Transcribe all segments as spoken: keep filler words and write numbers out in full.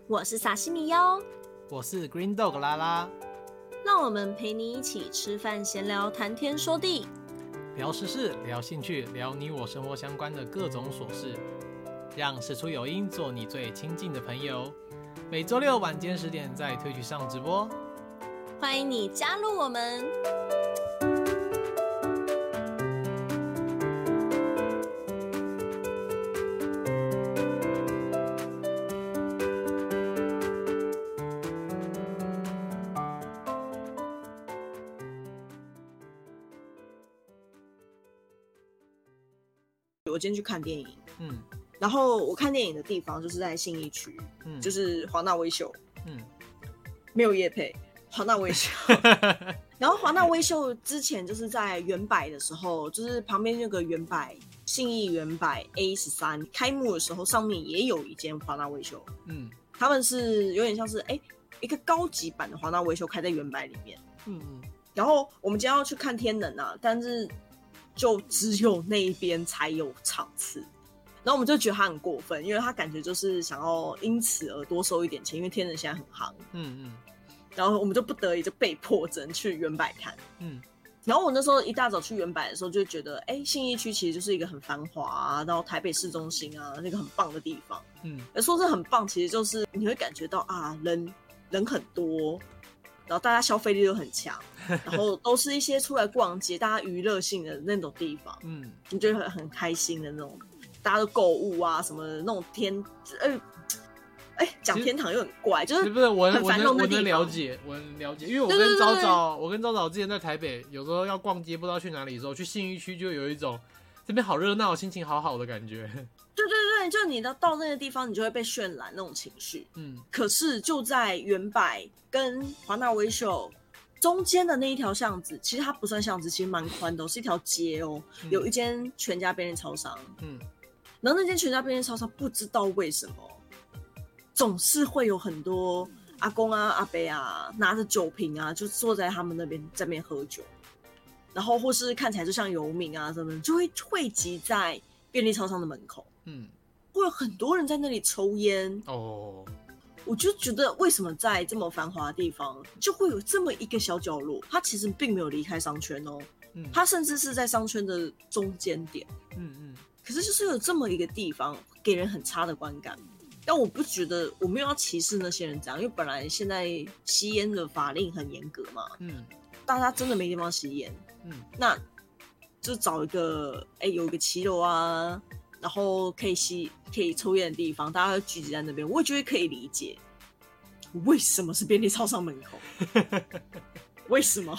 我是萨西米哟， 我是 Green Dog 拉拉， 让我们陪你一起吃饭闲聊，谈天说地， 聊时事，聊兴趣，聊你我生活相关的各种琐事，让事出有因做你最亲近的朋友。每周六晚间十点在推剧上直播， 欢迎你加入我们。 我今天去看电影， 嗯， 然后我看电影的地方就是在信义区， 嗯就是华纳威秀， 嗯， 没有业配，华纳威秀。然后华纳威秀之前就是在原百的时候，就是旁边那个原百信义原百 A 十三开幕的时候，上面也有一间华纳威秀， 嗯， 他们是有点像是哎、欸、一个高级版的华纳威秀开在原百里面， 嗯嗯， 然后我们今天要去看天能啊，但是就只有那一边才有场次，然后我们就觉得他很过分，因为他感觉就是想要因此而多收一点钱，因为天能现在很夯， 嗯嗯， 然后我们就不得已就被迫只能去原百看， 嗯， 然后我那时候一大早去原百的时候，就觉得哎、欸，信义区其实就是一个很繁华啊，然后台北市中心啊，那个很棒的地方， 嗯， 说是很棒，其实就是你会感觉到啊，人人很多。然后大家消费力都很强，然后都是一些出来逛街、大家娱乐性的那种地方，嗯，你觉得很很开心的那种，大家都购物啊什么的那种天，哎哎，讲天堂又很怪，就是不是我很繁荣的地方。 我能了解，我能了解，因为我跟早早，我跟早早之前在台北，有时候要逛街不知道去哪里的时候，去信义区就有一种这边好热闹，心情好好的感觉。 对对对，就你到到那个地方，你就会被渲染那种情绪。嗯，可是就在原百跟华纳威秀中间的那一条巷子，其实它不算巷子，其实蛮宽的、哦，是一条街哦。嗯、有一间全家便利超商，嗯，然后那间全家便利超商不知道为什么总是会有很多阿公啊、阿伯啊拿着酒瓶啊，就坐在他们那边在那边喝酒，然后或是看起来就像游民啊什么，就会汇集在便利超商的门口。嗯，会有很多人在那里抽烟哦。我就觉得为什么在这么繁华的地方就会有这么一个小角落，它其实并没有离开商圈哦，嗯，它甚至是在商圈的中间点，嗯嗯，可是就是有这么一个地方给人很差的观感。但我不觉得，我没有要歧视那些人这样，因为本来现在吸烟的法令很严格嘛，嗯，大家真的没地方吸烟，嗯，那就找一个哎、欸、有一个骑楼啊，然后可以吸可以抽烟的地方，大家聚集在那边，我也觉得可以理解。为什么是便利超商门口？为什么？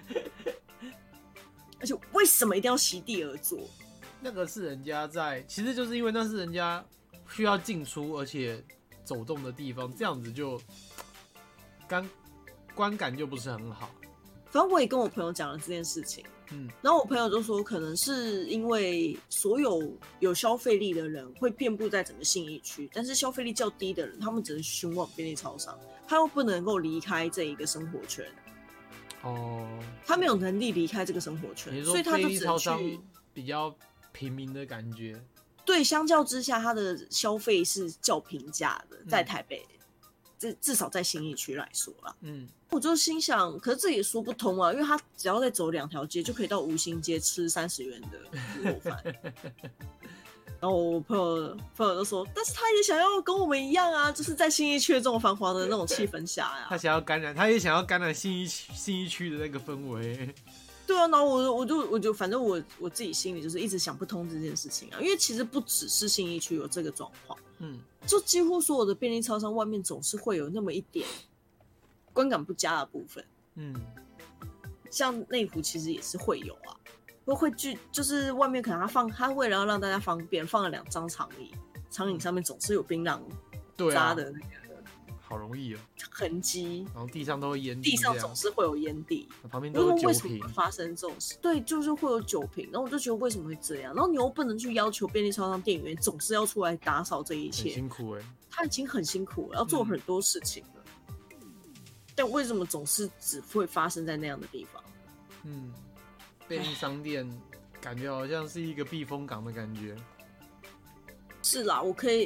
而且为什么一定要席地而坐？ 那个是人家在，其实就是因为那是人家需要进出而且走动的地方，这样子就观观感就不是很好。 反正我也跟我朋友讲了这件事情。嗯，然后我朋友就说，可能是因为所有有消费力的人会遍布在整个信义区，但是消费力较低的人，他们只能寻往便利超商，他又不能够离开这一个生活圈。哦，他没有能力离开这个生活圈，所以他就只能去比较平民的感觉。 对，相较之下，他的消费是较平价的，在台北。嗯，至至少在信义区来说啦，嗯，我就心想，可是这也说不通啊，因为他只要再走两条街，就可以到吴兴街吃三十元的卤肉饭。然后我朋友朋友就说，但是他也想要跟我们一样啊，就是在信义区这种繁华的那种气氛下呀、啊， 他想要感染，他也想要感染信义信义区的那个氛围。 对啊，然后我我就我就反正我我自己心里就是一直想不通这件事情啊，因为其实不只是信义区有这个状况，嗯，就几乎所有的便利超商外面总是会有那么一点观感不佳的部分，嗯，像内湖其实也是会有啊，会会去就是外面可能他放他为了要让大家方便，放了两张长椅，长椅上面总是有槟榔渣的那个。 好容易哦， 痕迹， 然后地上都会烟蒂， 地上总是会有烟蒂， 旁边都有酒瓶。 为什么发生这种事？对，就是会有酒瓶。然后我就觉得为什么会这样？然后你又不能去要求便利超商店员总是要出来打扫这一切， 很辛苦哎、欸。 他已经很辛苦了，要做很多事情了。嗯、但为什么总是只会发生在那样的地方？ 嗯，便利商店感觉好像是一个避风港的感觉。 是啦，我可以。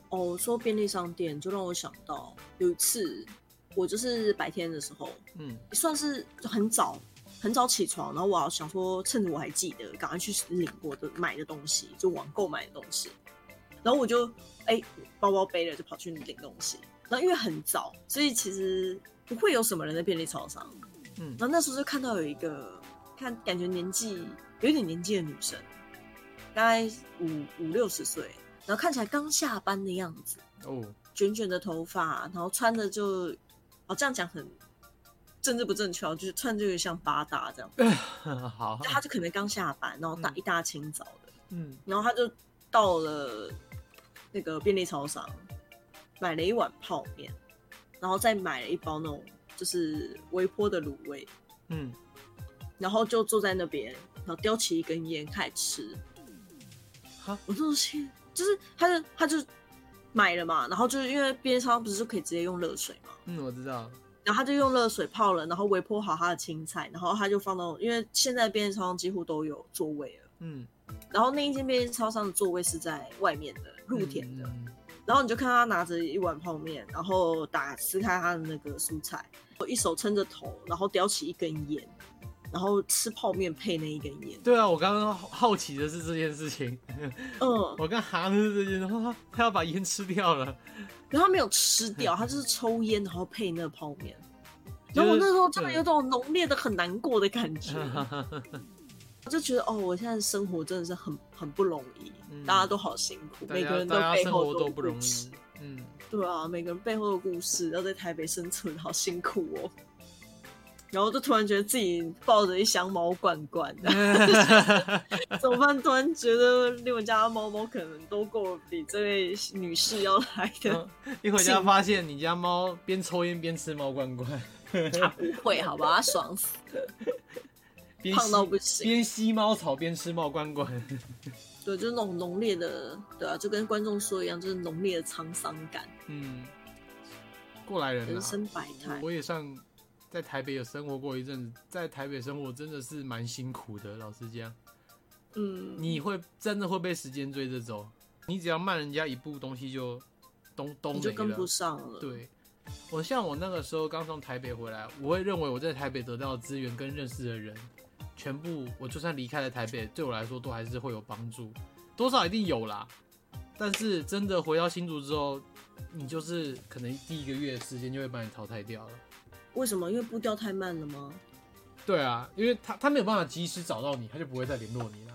哦，说便利商店就让我想到有一次，我就是白天的时候，嗯，算是很早很早起床，然后我想说趁着我还记得，赶快去领我的买的东西，就网购买的东西。然后我就哎、欸、包包背了，就跑去领东西。然后因为很早，所以其实不会有什么人在便利超商。嗯，然后那时候就看到有一个看感觉年纪有点年纪的女生，大概五五六十岁，然后看起来刚下班的样子。哦，卷卷的头发，然后穿的就哦这样讲很政治不正确，就是穿就有点像八大这样。好，他就可能刚下班，然后大、嗯、一大清早的，嗯，然后他就到了那个便利超商，买了一碗泡面，然后再买了一包那种就是微波的卤味，嗯，然后就坐在那边，然后叼起一根烟开始吃。哈，我说去，就是他就他就买了嘛，然后就是因为便利超商不是就可以直接用热水嘛， 嗯，我知道。 然后他就用热水泡了，然后微波好他的青菜，然后他就放到，因为现在便利超商几乎都有座位了，嗯，然后那一间便利超商的座位是在外面的露天的，嗯、然后你就看他拿着一碗泡面，然后打撕开他的那个蔬菜，一手撑着头，然后叼起一根烟，然后吃泡面配那一根烟。 对啊，我刚刚好奇的是这件事情，嗯，我刚哈的是这件，然后他要把烟吃掉了。 然后他没有吃掉，他就是抽烟，然后配那个泡面。然后我那时候真的有种浓烈的很难过的感觉，我就觉得哦，我现在生活真的是很很不容易，嗯、大家都好辛苦，每个人都背后都不容易。 嗯，对啊，每个人背后的故事，要在台北生存，好辛苦哦。然后就突然觉得自己抱着一箱猫罐罐的，怎么办？突然觉得我们家的猫猫可能都够比这位女士要来的。 嗯、一回家发现你家猫边抽烟边吃猫罐罐， 它不会，好吧？它爽死了，胖到不行。 边吸猫草边吃猫罐罐， 对，就是那种浓烈的，对啊，就跟观众说一样，就是浓烈的沧桑感。嗯， 过来人、啊， 人生百态， 我也算。在台北有生活过一阵子，在台北生活真的是蛮辛苦的，老实讲。嗯，你会真的会被时间追着走，你只要慢人家一步，东西就都都没了， 你就跟不上了。 对，我像我那个时候刚从台北回来，我会认为我在台北得到的资源跟认识的人，全部我就算离开了台北，对我来说都还是会有帮助，多少一定有啦。但是真的回到新竹之后，你就是可能第一个月的时间就会把你淘汰掉了。 为什么？因为步调太慢了吗？ 对啊，因为他他没有办法及时找到你，他就不会再联络你了。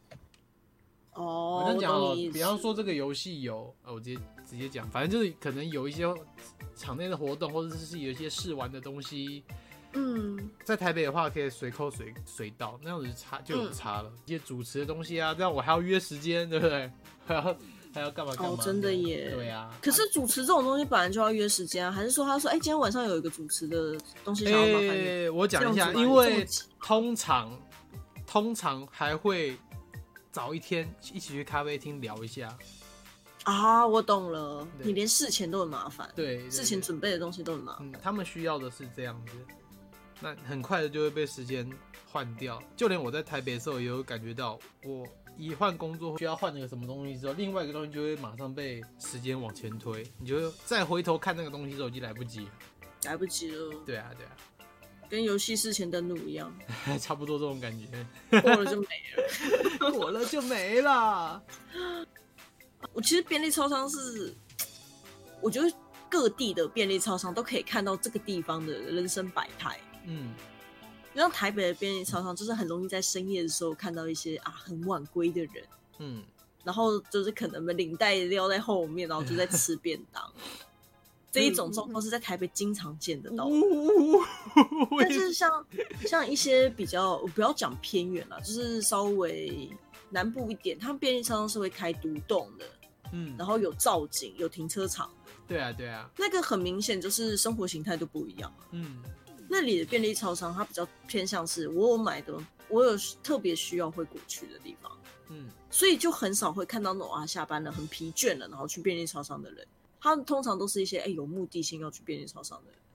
哦，我跟你讲哦，比方说这个游戏有，呃，我直接直接讲，反正就是可能有一些场内的活动，或者是有一些试玩的东西。嗯，在台北的话，可以随扣随随到，那样子差就有差了。嗯、一些主持的东西啊，这样我还要约时间，对不对？还要。还要干嘛干嘛？ 哦，真的耶。 对啊。 可是主持这种东西本来就要约时间啊，还是说他说，哎、欸，今天晚上有一个主持的东西想要麻烦你？欸、 我讲一下，因为通常通常还会早一天一起去咖啡厅聊一下。 啊，我懂了，你连事前都很麻烦。 对， 对， 对， 事前准备的东西都很麻烦、嗯。 他们需要的是这样子，那很快的就会被时间换掉。就连我在台北的时候，也有感觉到我。一换工作需要换那个什么东西之后，另外一个东西就会马上被时间往前推，你就会再回头看那个东西之后已经来不及了， 来不及了。 对啊，对啊， 跟游戏事前登录一样， 差不多这种感觉。 过了就没了， 过了就没了。 我其实便利超商是，我觉得各地的便利超商都可以看到这个地方的人生百态。嗯。像台北的便利超商，就是很容易在深夜的时候看到一些啊很晚归的人，嗯，然后就是可能领带撩在后面，然后就在吃便当，这一种状况是在台北经常见得到的。但是像像一些比较，我不要讲偏远啦，就是稍微南部一点，他们便利超商是会开独栋的，嗯，然后有造景，有停车场的。 对啊，对啊， 那个很明显就是生活形态都不一样了，嗯。那里的便利超商，它比较偏向是我有买的，我有特别需要会过去的地方，嗯，所以就很少会看到那种啊下班了很疲倦了，然后去便利超商的人，他们通常都是一些哎、欸、有目的性要去便利超商的人，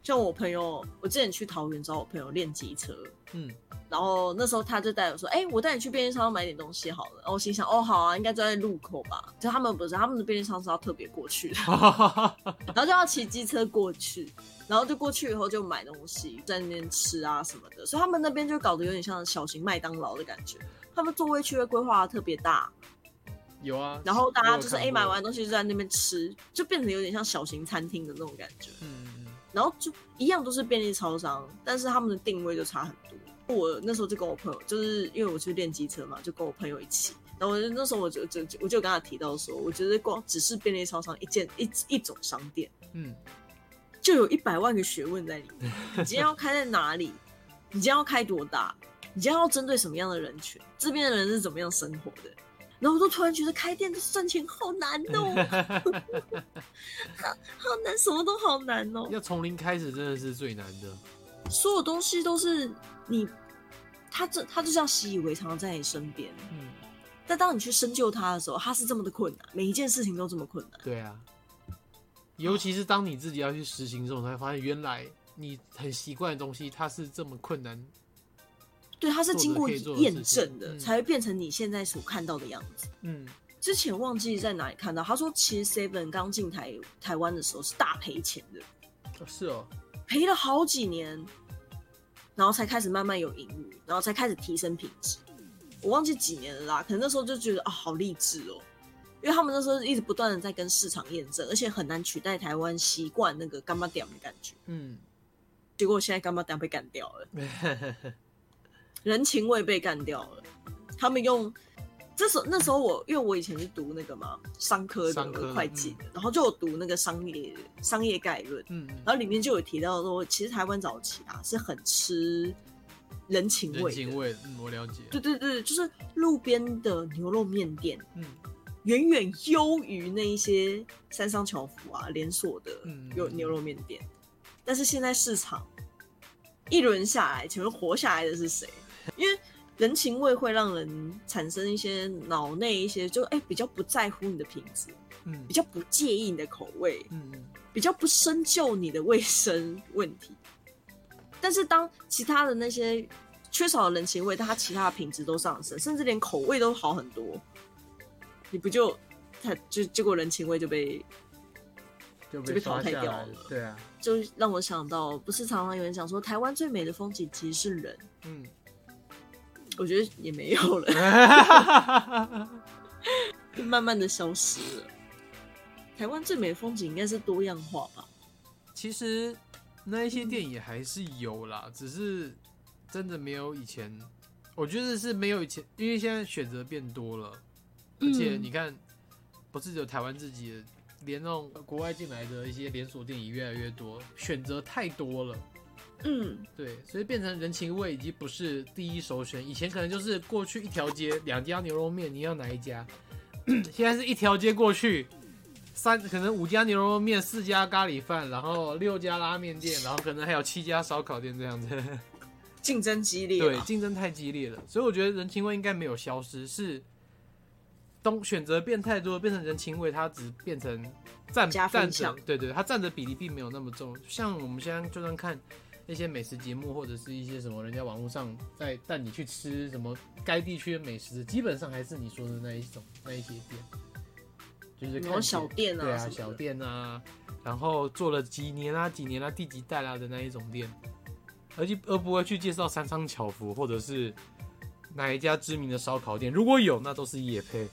像我朋友，我之前去桃园找我朋友练机车，嗯，然后那时候他就带我说，哎、欸，我带你去便利商店买点东西好了。然后我心想，哦，好啊，应该就在路口吧。就他们不是，他们的便利商店是要特别过去的，然后就要骑机车过去，然后就过去以后就买东西，在那边吃啊什么的。所以他们那边就搞得有点像小型麦当劳的感觉，他们座位区会规划的特别大。 有啊， 然后大家就是哎、欸、买完东西就在那边吃，就变成有点像小型餐厅的那种感觉。嗯。然后就一样都是便利超商，但是他们的定位就差很多。我那时候就跟我朋友，就是因为我去练机车嘛，就跟我朋友一起。然后我就那时候我就就我就跟他提到说，我觉得光只是便利超商一件一一种商店，嗯，就有一百万个学问在里面。你今天要开在哪里？你今天要开多大？你今天要针对什么样的人群？这边的人是怎么样生活的？然后我就突然觉得开店赚钱好难哦，好, 好难，什么都好难哦。 要从零开始真的是最难的， 所有东西都是你，他这他就这样习以为常在你身边，嗯。但当你去深究它的时候，它是这么的困难，每一件事情都这么困难。 对啊，尤其是当你自己要去实行这种，才发现原来你很习惯的东西，它是这么困难。 对，它是经过验证的，才会变成你现在所看到的样子。嗯，之前忘记在哪里看到，他说其实 Seven 刚进台台湾的时候是大赔钱的。 哦，是哦， 赔了好几年，然后才开始慢慢有盈余，然后才开始提升品质。我忘记几年了啦，可能那时候就觉得啊，好励志哦，因为他们那时候一直不断的在跟市场验证，而且很难取代台湾习惯那个干妈店的感觉。嗯，结果现在干妈店被干掉了。人情味被干掉了，他们用这时候那时候我因为我以前是读那个嘛商科的会计的，嗯、然后就有读那个商业商业概论，嗯，然后里面就有提到说，其实台湾早期啊是很吃人情味的， 人情味，嗯，我了解， 对对对，就是路边的牛肉面店，嗯，远远优于那一些三商巧福啊连锁的有牛肉面店，嗯、但是现在市场一轮下来，请问活下来的是谁？因为人情味会让人产生一些脑内一些就哎、欸、比较不在乎你的品质，嗯，比较不介意你的口味，嗯，比较不深究你的卫生问题。但是当其他的那些缺少了人情味，但它其他的品质都上升，甚至连口味都好很多，你不就它就结果人情味就被就被就被淘汰掉了？ 对啊， 就让我想到，不是常常有人讲说台湾最美的风景其实是人，嗯。我觉得也没有了，慢慢的消失了。台湾最美的风景应该是多样化吧？ 其实那一些店也还是有啦，只是真的没有以前。我觉得是没有以前，因为现在选择变多了，而且你看，不是只有台湾自己的，连那种国外进来的一些连锁店也越来越多，选择太多了。嗯，对，所以变成人情味已经不是第一首选。以前可能就是过去一条街两家牛肉面，你要哪一家？现在是一条街过去，三可能五家牛肉面，四家咖喱饭，然后六家拉面店，然后可能还有七家烧烤店这样子。 竞争激烈， 对，竞争太激烈了，所以我觉得人情味应该没有消失，是东选择变太多，变成人情味，它只变成占占着，对对，它占的比例并没有那么重。像我们现在就算看那些美食节目，或者是一些什么人家网络上在带你去吃什么该地区的美食，基本上还是你说的那一种那一些店，就是看小店啊， 对啊，小店啊，然后做了几年啊、几年啊、第几代啦、啊、的那一种店，而而不会去介绍三商巧福或者是哪一家知名的烧烤店，如果有，那都是业配。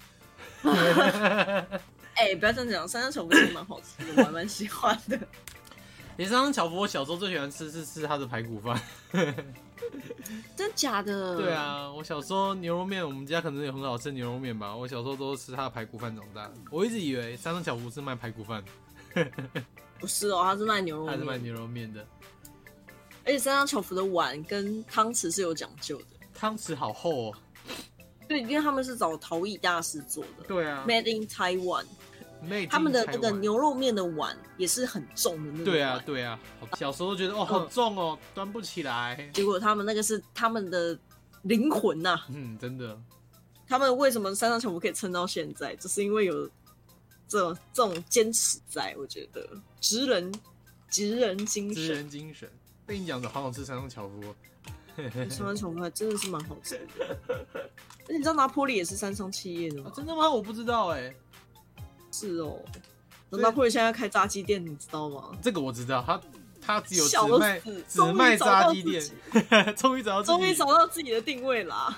哎、欸，不要这样讲，三商巧福是蛮好吃的，我还蛮喜欢的。 连三商巧福，我小时候最喜欢吃是吃它的排骨饭。 真假的？ 对啊，我小时候牛肉面，我们家可能有很好吃的牛肉面吧。我小时候都是吃它的排骨饭长大的。我一直以为三商巧福是卖排骨饭， 不是哦，它是卖牛肉面， 它是卖牛肉面的。 而且三商巧福的碗跟汤匙是有讲究的， 汤匙好厚哦。 对，因为他们是找陶艺大师做的。 对啊 ，Made in Taiwan。他们的那个牛肉面的碗也是很重的那种。 对啊，对啊，小时候觉得哦好重哦，嗯、端不起来。 结果他们那个是他们的灵魂呐、啊。 嗯，真的。 他们为什么三商巧福可以撑到现在，就是因为有这种这种坚持在。我觉得职人职人精神， 职人精神。被你讲的好想吃山上樵夫、哦。 山上樵夫还真的是蛮好吃的。而且你知道拿坡里也是山上企业的吗？ 啊、真的吗？我不知道哎、欸。 是哦。拿坡里现在要开炸鸡店，你知道吗？ 这个我知道，他他只有只卖只卖炸鸡店，终于找到终于找到自己的定位啦。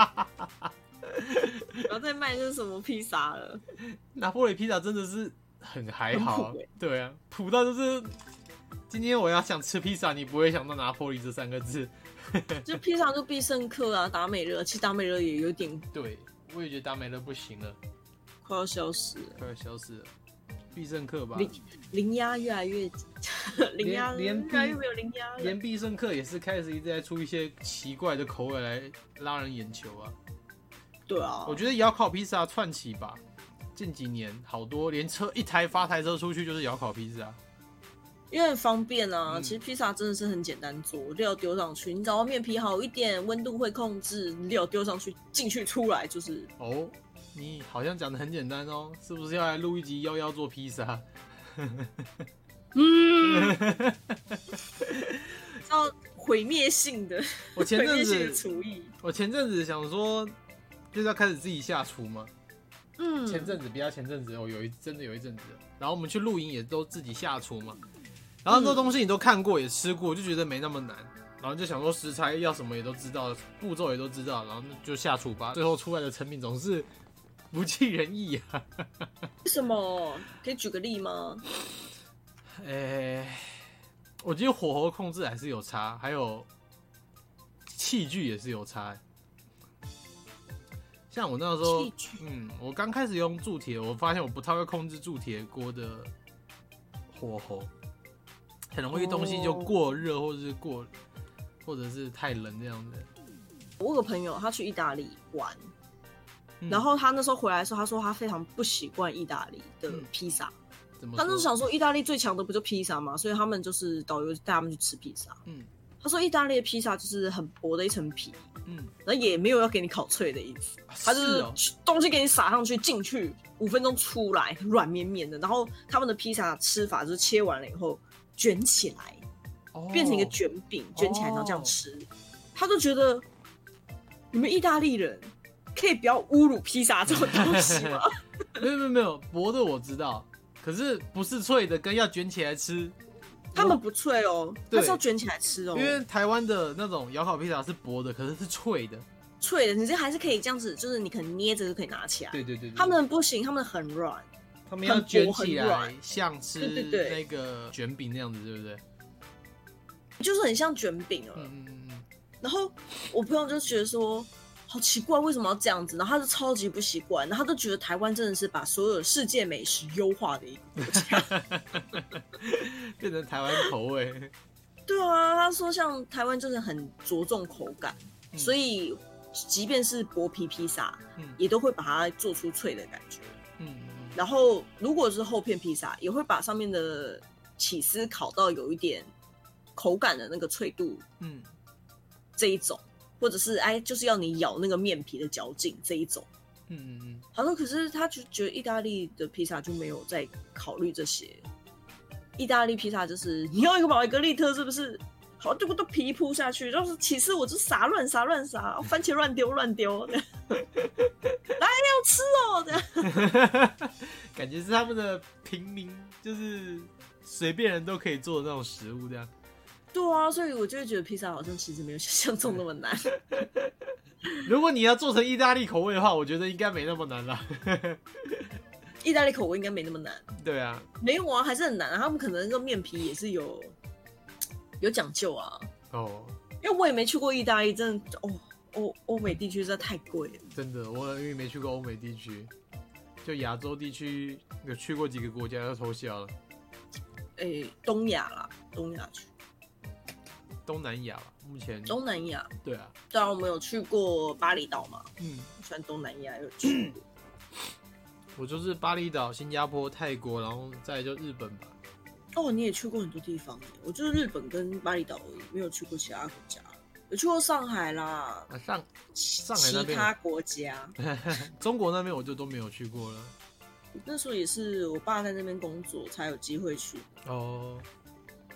然后再卖就是什么披萨了。 拿坡里披萨真的是很还好、啊，对啊，普到就是今天我要想吃披萨，你不会想到拿坡里这三个字。 就披萨就必胜客啊，达美乐，其实达美乐也有点， 对，我也觉得达美乐不行了， 快要消失了， 快要消失了。必胜客吧， 零压越来越，零压连越来越没有零压了。 连必胜客也是开始一直在出一些奇怪的口味来拉人眼球啊。 对啊， 我觉得窑烤披萨串起吧，近几年好多连车一台发台车出去就是窑烤披萨， 因为很方便啊。嗯、其实披萨真的是很简单做，料丢上去，你只要面皮好一点，温度会控制，料丢上去进去出来就是哦。你好像讲的很简单哦，是不是要来录一集幺幺做披萨？ 嗯，要毁灭性的， 我前阵子厨艺， 我前阵子想说，就是要开始自己下厨嘛。嗯，前阵子比较前阵子哦，有一真的有一阵子，然后我们去露营也都自己下厨嘛。然后很多东西你都看过也吃过，就觉得没那么难。然后就想说食材要什么也都知道，步骤也都知道，然后就下厨吧。最后出来的成品总是不尽人意啊！ 为什么？可以举个例吗？ 诶、欸，我觉得火候控制还是有差，还有器具也是有差。像我那时候，嗯，我刚开始用铸铁，我发现我不太会控制铸铁锅的火候，很容易东西就过热，或者是过，或者是太冷这样子。 我有个朋友，他去意大利玩。然后他那时候回来的时候，他说他非常不习惯意大利的披萨。嗯、他就是想说，意大利最强的不就披萨吗？所以他们就是导游带他们去吃披萨。嗯，他说意大利的披萨就是很薄的一层皮，嗯，然后也没有要给你烤脆的意思，他就是东西给你撒上去，进去五分钟出来软绵绵的。然后他们的披萨吃法就是切完了以后卷起来，哦、变成一个卷饼，卷起来然后这样吃。哦、他就觉得你们意大利人。可以不要侮辱披萨这种东西吗？ 没有没有没有，薄的我知道，可是不是脆的，跟要卷起来吃， 他们不脆哦，它是要卷起来吃哦。 因为台湾的那种窑烤披萨是薄的，可是是脆的， 脆的，你这还是可以这样子，就是你可能捏着就可以拿起来。 对对 对, 对， 他们不行，他们很软， 他们要卷起来，像吃那个卷饼那样子，对不对？ 就是很像卷饼了。嗯嗯嗯。然后我朋友就觉得说。好奇怪，为什么要这样子？然后他就超级不习惯，然后他就觉得台湾真的是把所有世界美食优化的一个国家， 变成台湾口味。 对啊，他说像台湾真的很着重口感，嗯、所以即便是薄皮披萨，嗯、也都会把它做出脆的感觉。嗯，然后如果是厚片披萨，也会把上面的起司烤到有一点口感的那个脆度，嗯，这一种。或者是哎，就是要你咬那个面皮的嚼劲这一种，嗯嗯嗯。他说，可是他就觉得意大利的披萨就没有在考虑这些。意大利披萨就是你要一个玛格丽特，是不是？好，这个都皮铺下去，然后起司我就撒乱撒乱撒，番茄乱丢乱丢，来要吃哦，这样。 感觉是他们的平民，就是随便人都可以做的那种食物，这样。 对啊，所以我就会觉得披萨好像其实没有想象中那么难。 如果你要做成意大利口味的话，我觉得应该没那么难啦。 意大利口味应该没那么难。 对啊， 没有啊，还是很难啊。他们可能那个面皮也是有有讲究啊。哦，因为我也没去过意大利，真的哦，欧欧美地区实在太贵了。 真的，我因为没去过欧美地区，就亚洲地区有去过几个国家就偷笑了。 诶、欸，东亚啦，东亚区。 东南亚吧，目前东南亚， 对啊， 对啊，我们有去过巴厘岛嘛，嗯，喜欢东南亚有去过。 我就是巴厘岛、新加坡、泰国，然后再来就日本吧。 哦，你也去过很多地方耶，我就是日本跟巴厘岛而已，没有去过其他国家。有去过上海啦， 啊、上上海那边其他国家， 中国那边我就都没有去过了。 那时候也是我爸在那边工作，才有机会去。哦。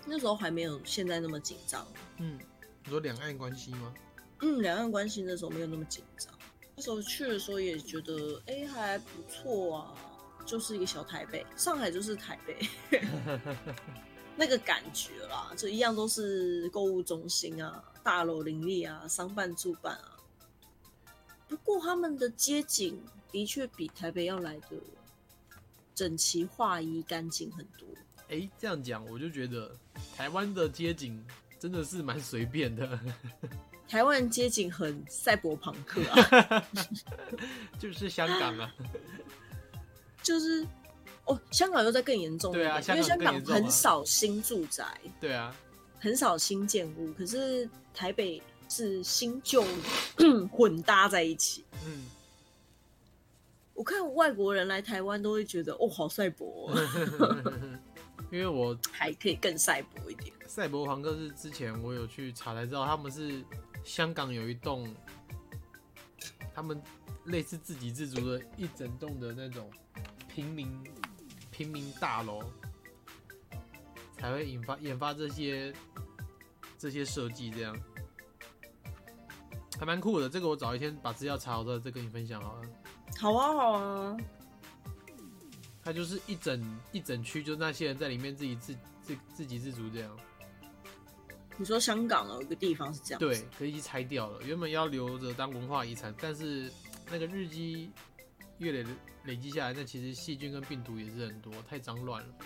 那时候还没有现在那么紧张。 嗯，你说两岸关系吗？ 嗯，两岸关系那时候没有那么紧张。那时候去的时候也觉得，哎、欸，还不错啊，就是一个小台北，上海就是台北，那个感觉啦，就一样都是购物中心啊，大楼林立啊，商办住办啊。不过他们的街景的确比台北要来的整齐划一、干净很多。 哎、欸，这样讲我就觉得台湾的街景真的是蛮随便的。 台湾街景很赛博朋克啊， 就是香港啊， 就是哦，香港又在更严重一点， 对啊， 因为香港很少新住宅， 对啊， 很少新建物，可是台北是新旧混搭在一起。嗯，我看外国人来台湾都会觉得哦，好赛博、哦， 因为我还可以更赛博一点。 赛博朋克是之前我有去查才知道，他们是。香港有一栋，他们类似自给自足的一整栋的那种平民平民大楼，才会引发研发这些这些设计，这样还蛮酷的。这个我早一天把资料查好的，再跟你分享好了。 好啊，好啊。 它就是一整一整区，就是那些人在里面自己自自自给自足这样。 你说香港有一个地方是这样子， 对，可以拆掉了，原本要留着当文化遗产，但是那个日积月累累积下来，那其实细菌跟病毒也是很多，太脏乱了。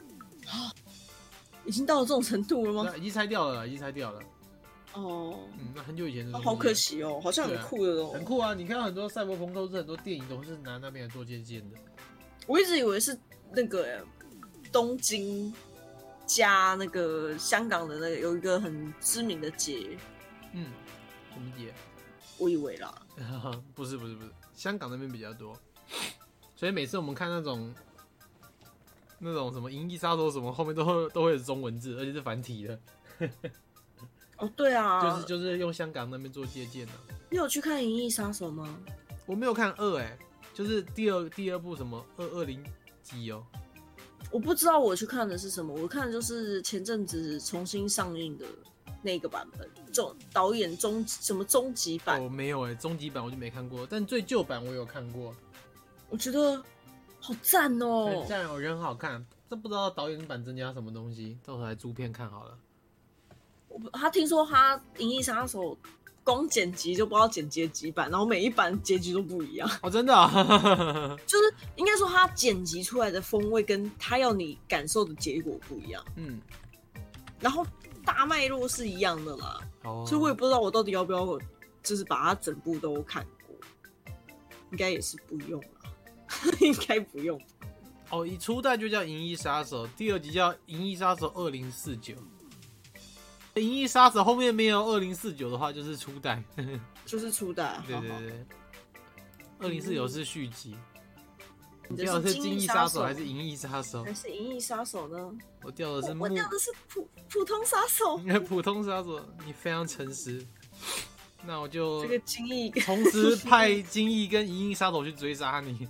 已经到了这种程度了吗？ 已经拆掉了，已经拆掉了。 哦， 嗯，那很久以前的东西、 啊，好可惜哦，好像很酷的哦、 啊，很酷啊！你看到很多赛博朋克，是很多电影都是拿那边来做借鉴的。 我一直以为是那个东京。加那个香港的那个有一个很知名的节， 嗯，什么节？ 我以为啦， 不是不是不是，香港那边比较多，所以每次我们看那种那种什么《银翼杀手》什么，后面都会都会有中文字，而且是繁体的。 哦，对啊， 就是就是用香港那边做借鉴的、啊。 你有去看《银翼杀手》吗？ 我没有看二哎、欸，就是第二第二部什么二二零几哦。 我不知道我去看的是什么，我看的就是前阵子重新上映的那个版本，终导演终什么终极版？ 哦，没有哎、欸，终极版我就没看过，但最旧版我有看过。 我觉得好赞哦、 很赞哦，人很好看。这不知道导演版增加什么东西，到时候来租片看好了。 我他听说他《银翼杀手》光剪辑就不知道剪接几版，然后每一版结局都不一样。 哦，真的、啊， 就是应该说他剪辑出来的风味跟他要你感受的结果不一样。嗯，然后大脉络是一样的啦。哦，所以我也不知道我到底要不要，就是把它整部都看过。应该也是不用啦，应该不用。 哦，一初代就叫《银翼杀手》，第二集叫《银翼杀手二零四九》。银翼杀手后面没有二零四九的话，就是初代， 就是初代。 对对对，二零四九是续集。你掉的是金翼杀手还是银翼杀手？ 还是银翼杀手呢？ 我掉的是我掉的是普普通杀手。 普通杀手，你非常诚实。那我就这个金翼同时派金翼跟银翼杀手去追杀你。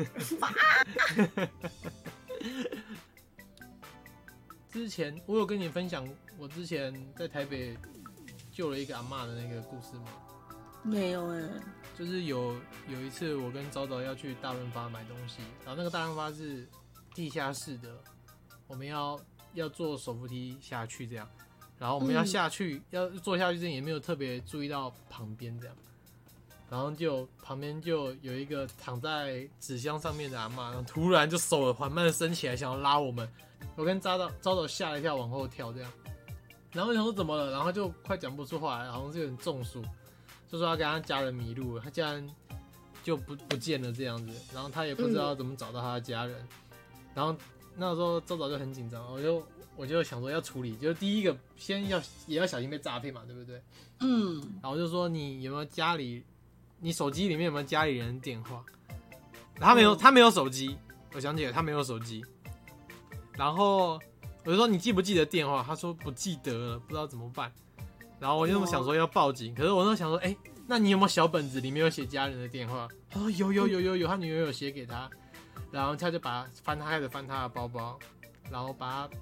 之前我有跟你分享我之前在台北救了一个阿嬷的那个故事吗？ 没有哎、欸， 就是有有一次我跟早早要去大润发买东西，然后那个大润发是地下室的，我们要要坐手扶梯下去这样，然后我们要下去、嗯、要坐下去之前也没有特别注意到旁边这样，然后就旁边就有一个躺在纸箱上面的阿嬷，然后突然就手缓慢的伸起来想要拉我们。我跟早早早早吓了一跳，往后跳这样，然后我想说怎么了，然后就快讲不出话来，好像是有点中暑，就说他跟他家人迷路了，他家人就不不见了这样子，然后他也不知道怎么找到他的家人，嗯、然后那时候早早就很紧张，我就我就想说要处理，就是第一个先要也要小心被诈骗嘛，对不对？嗯，然后我就说你有没有家里，你手机里面有没有家里人的电话？他没有，他没有手机，我想起来他没有手机。然后我就说你记不记得电话？他说不记得了，不知道怎么办。然后我就想说要报警，可是我那时候想说，哎、欸，那你有没有小本子里面有写家人的电话？他说有有有有有，他女儿有写给他。然后他就把翻他开始翻他的包包，然后把他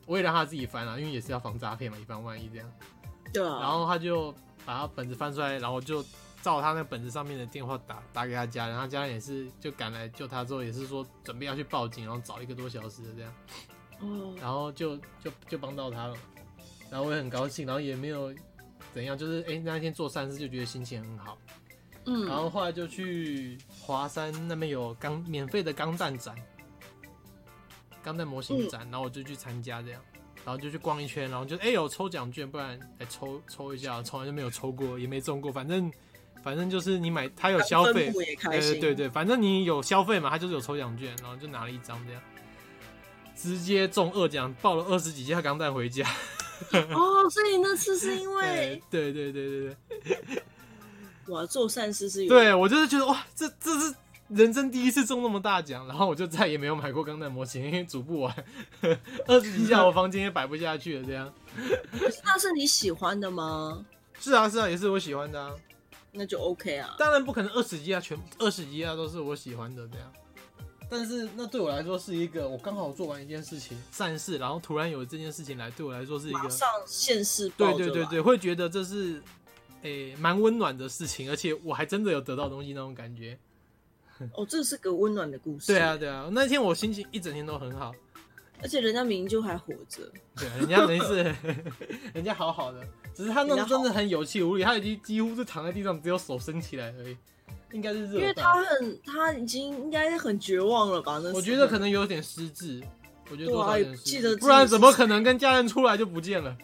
我也让他自己翻啊，因为也是要防诈骗嘛，以防万一这样。 对啊。 然后他就把他本子翻出来，然后就照他那个本子上面的电话打打给他家人，他家人也是就赶来救他之后，也是说准备要去报警，然后找一个多小时的这样。哦。然后就就就帮到他了，然后我也很高兴，然后也没有怎样，就是哎、欸、那天做善事就觉得心情很好。嗯。然后后来就去华山那边有钢免费的钢弹展。钢弹模型展，然后我就去参加这样，然后就去逛一圈，然后就哎、欸、有抽奖券，不然来抽抽一下，从来就没有抽过，也没中过，反正反正就是你买，他有消费，对对对对，反正你有消费嘛，他就是有抽奖券，然后就拿了一张这样，直接中二奖，报了二十几架钢弹回家。 哦，所以那次是因为， 对对对对对， 哇，做善事是有， 对我就是觉得哇，这这是。人生第一次中那么大奖，然后我就再也没有买过钢弹模型，因为组不完，二十几架我房间也摆不下去了。这样， 可是那是你喜欢的吗？ 是啊是啊，也是我喜欢的啊。 那就 OK 啊。 当然不可能二十几架全二十几架都是我喜欢的这样，但是那对我来说是一个我刚好做完一件事情善事，然后突然有这件事情来，对我来说是一个马上现世报对对对对，会觉得这是诶蛮温暖的事情，而且我还真的有得到东西那种感觉。 哦，这是个温暖的故事。 对啊，对啊，那天我心情一整天都很好， 而且人家明明就还活着。 对，人家没事，人家好好的，只是他那种真的很有气无力，他已经几乎是躺在地上，只有手伸起来而已，应该是热。 因为他很，他已经应该很绝望了吧？那我觉得可能有点失智，我觉得多少有点失智， 对啊， 不然怎么可能跟家人出来就不见了？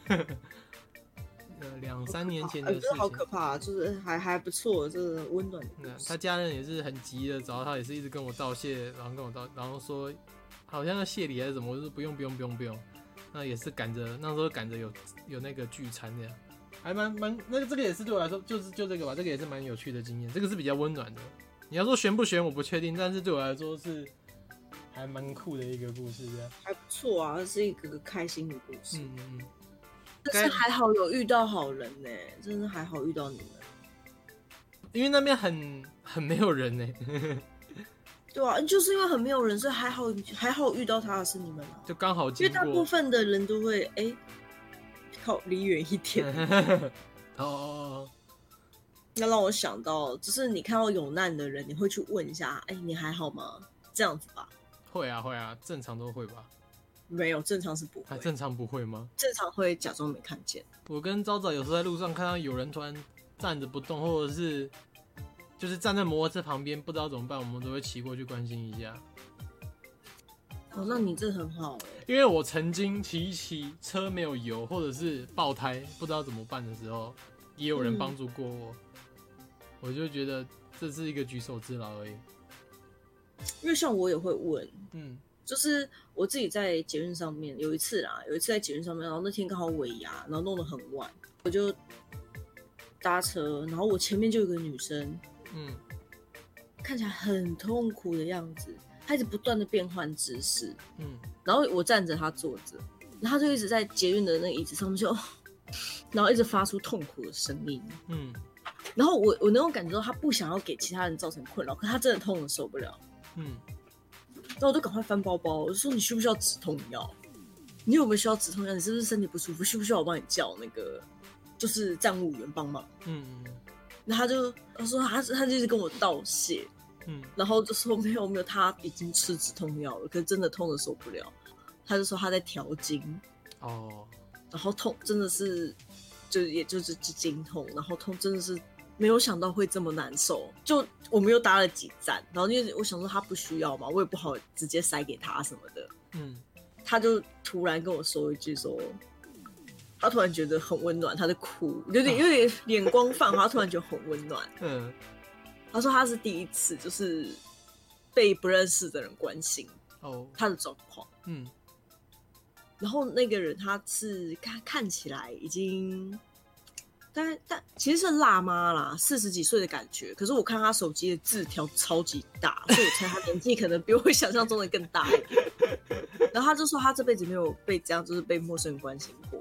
两三年前的事情， 好可怕、啊，就是还还不错，这个温暖的故事。 他家人也是很急的，找到他也是一直跟我道谢，然后跟我道，然后说好像要谢礼还是什么，我就说不用不用不用不用。那也是赶着那时候赶着有有那个聚餐这样，还蛮蛮那个这个也是对我来说就是就这个吧，这个也是蛮有趣的经验，这个是比较温暖的。你要说悬不悬我不确定，但是对我来说是还蛮酷的一个故事这样。 还不错啊，是一个开心的故事。嗯嗯。但是还好有遇到好人呢、欸，真的还好遇到你们， 因为那边很很没有人呢、欸。 对啊，就是因为很没有人，所以还好还好遇到他的是你们啊， 就刚好经过。 因为大部分的人都会哎、欸、靠离远一点。 哦哦哦， 那让我想到，就是你看到有难的人，你会去问一下，哎、欸，你还好吗？这样子吧。 会啊会啊，正常都会吧。 没有，正常是不会。 啊、正常不会吗？ 正常会假装没看见。 我跟昭昭有时候在路上看到有人突然站着不动，或者是就是站在摩托车旁边，不知道怎么办，我们都会骑过去关心一下。 哦，那你这很好哎。 因为我曾经骑一骑车没有油，或者是爆胎不知道怎么办的时候，也有人帮助过我、嗯。我就觉得这是一个举手之劳而已。 因为像我也会问，嗯。就是我自己在捷运上面有一次啦，有一次在捷运上面，然后那天刚好尾牙，然后弄得很晚，我就搭车，然后我前面就有个女生，嗯，看起来很痛苦的样子，她一直不断的变换姿势，嗯，然后我站着，她坐着，然后她就一直在捷运的那个椅子上面就，然后一直发出痛苦的声音，嗯，然后我我能够感觉到她不想要给其他人造成困扰，可她真的痛得受不了，嗯。然后我就赶快翻包包，我就说你需不需要止痛药？你有没有需要止痛药？你是不是身体不舒服？需不需要我帮你叫那个就是站务员帮忙？嗯，然后他就他说他他就一直跟我道谢，嗯，然后就说没有没有，他已经吃止痛药了，可是真的痛得受不了。他就说他在调经哦，然后痛真的是就也就是经痛，然后痛真的是。没有想到会这么难受，就我们又搭了几站，然后因为我想说他不需要嘛，我也不好直接塞给他什么的，嗯，他就突然跟我说一句说，他突然觉得很温暖，他在哭，有点有点眼光泛红，他突然觉得很温暖，嗯，他说他是第一次就是被不认识的人关心哦他的状况，嗯，然后那个人他是看看起来已经。但但其实是辣妈啦，四十几岁的感觉。可是我看他手机的字条超级大，所以我猜他年纪可能比我想象中的更大一点。然后他就说他这辈子没有被这样，就是被陌生人关心过。然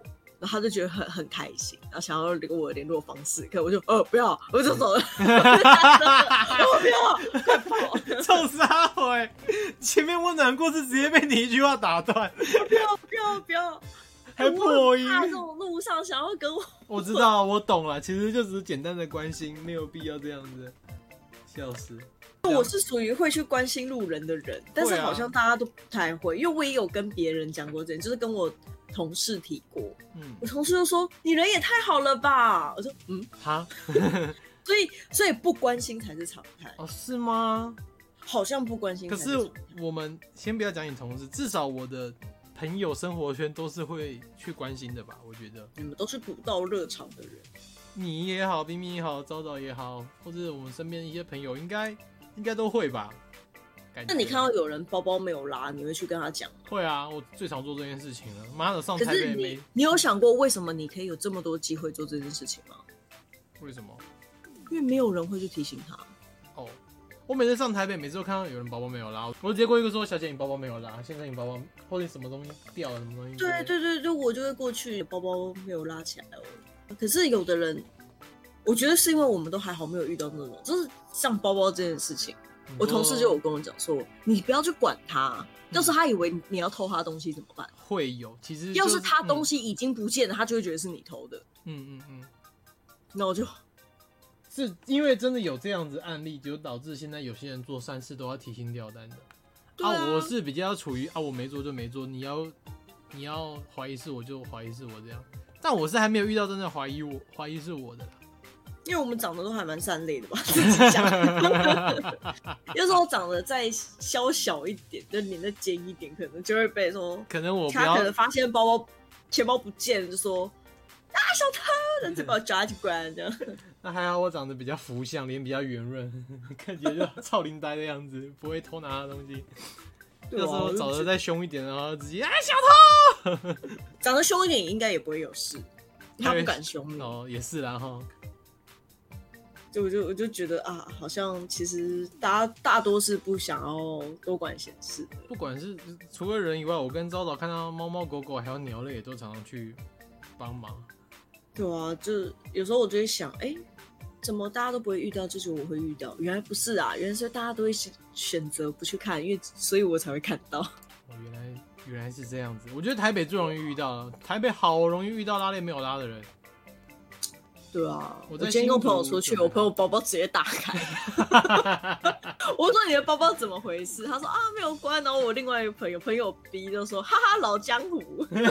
然后他就觉得很很开心，然后想要留我的联络方式，可我就呃不要，我就走了，我不要，快跑！ 臭杀回，前面温暖故事直接被你一句话打断， 不要不要不要， 还破音。 他这种路上想要跟我， 我知道，我懂了，其实就只是简单的关心，没有必要这样子，笑死。 我是属于会去关心路人的人，但是好像大家都不太会，因为我也有跟别人讲过这点，就是跟我同事提过，嗯，我同事就说你人也太好了吧，我说嗯哈，所以所以不关心才是常态哦，是吗？ 好像不关心才是常态。 可是我们先不要讲你同事，至少我的朋友生活圈都是会去关心的吧？我觉得你们都是古道热肠的人， 你也好，冰冰也好，早早也好，或者我们身边一些朋友应该。应该都会吧。 那你看到有人包包没有拉，你会去跟他讲吗？ 会啊，我最常做这件事情了。妈的，上台北没。 你有想过为什么你可以有这么多机会做这件事情吗？ 为什么？ 因为没有人会去提醒他。 哦，我每次上台北，每次都看到有人包包没有拉，我直接过去说：“小姐，你包包没有拉，现在你包包或者什么东西掉了，什么东西。” 对对对对，我就会过去，包包没有拉起来哦。可是有的人。我觉得是因为我们都还好没有遇到那种，就是像包包这件事情，我同事就有跟我讲说，你不要去管他，要是他以为你要偷他东西怎么办？ 会有，其实、就是、 要是他东西已经不见了，嗯、他就会觉得是你偷的。 嗯嗯嗯， 那我就是因为真的有这样子案例，就导致现在有些人做善事都要提心吊胆的。 对啊， 啊我是比较处于啊，我没做就没做，你要你要怀疑是我就怀疑是我这样，但我是还没有遇到真的怀疑我怀疑是我的啦。 因为我们长得都还蛮善类的吧，自己讲。要是我长得再小小一点，就脸再尖一点，可能就会被说， 可能我不要， 他可能发现包包钱包不见，就说啊小偷，然后就把我抓起来这样。 那还好我长得比较福相，脸比较圆润，看起来就超灵呆的样子，不会偷拿他东西。要是我长得再凶一点，然后直接啊小偷， 长得凶一点应该也不会有事，他不敢凶你。 哦，也是啦哈。 就我就我就觉得啊，好像其实大家大多是不想要多管闲事的。 不管是除了人以外，我跟昭早看到猫猫狗狗还有鸟类也都常常去帮忙。 对啊，就有时候我就会想，哎、欸，怎么大家都不会遇到，就是我会遇到？原来不是啊，原来是大家都会选择不去看，因为所以我才会看到。 哦，原来原来是这样子。我觉得台北最容易遇到，台北好容易遇到拉链没有拉的人。 对啊，我今天跟我朋友出去，我朋友包包直接打开，我说你的包包怎么回事？他说啊没有关，然后我另外一个朋友朋友 B 就说哈哈老江湖，一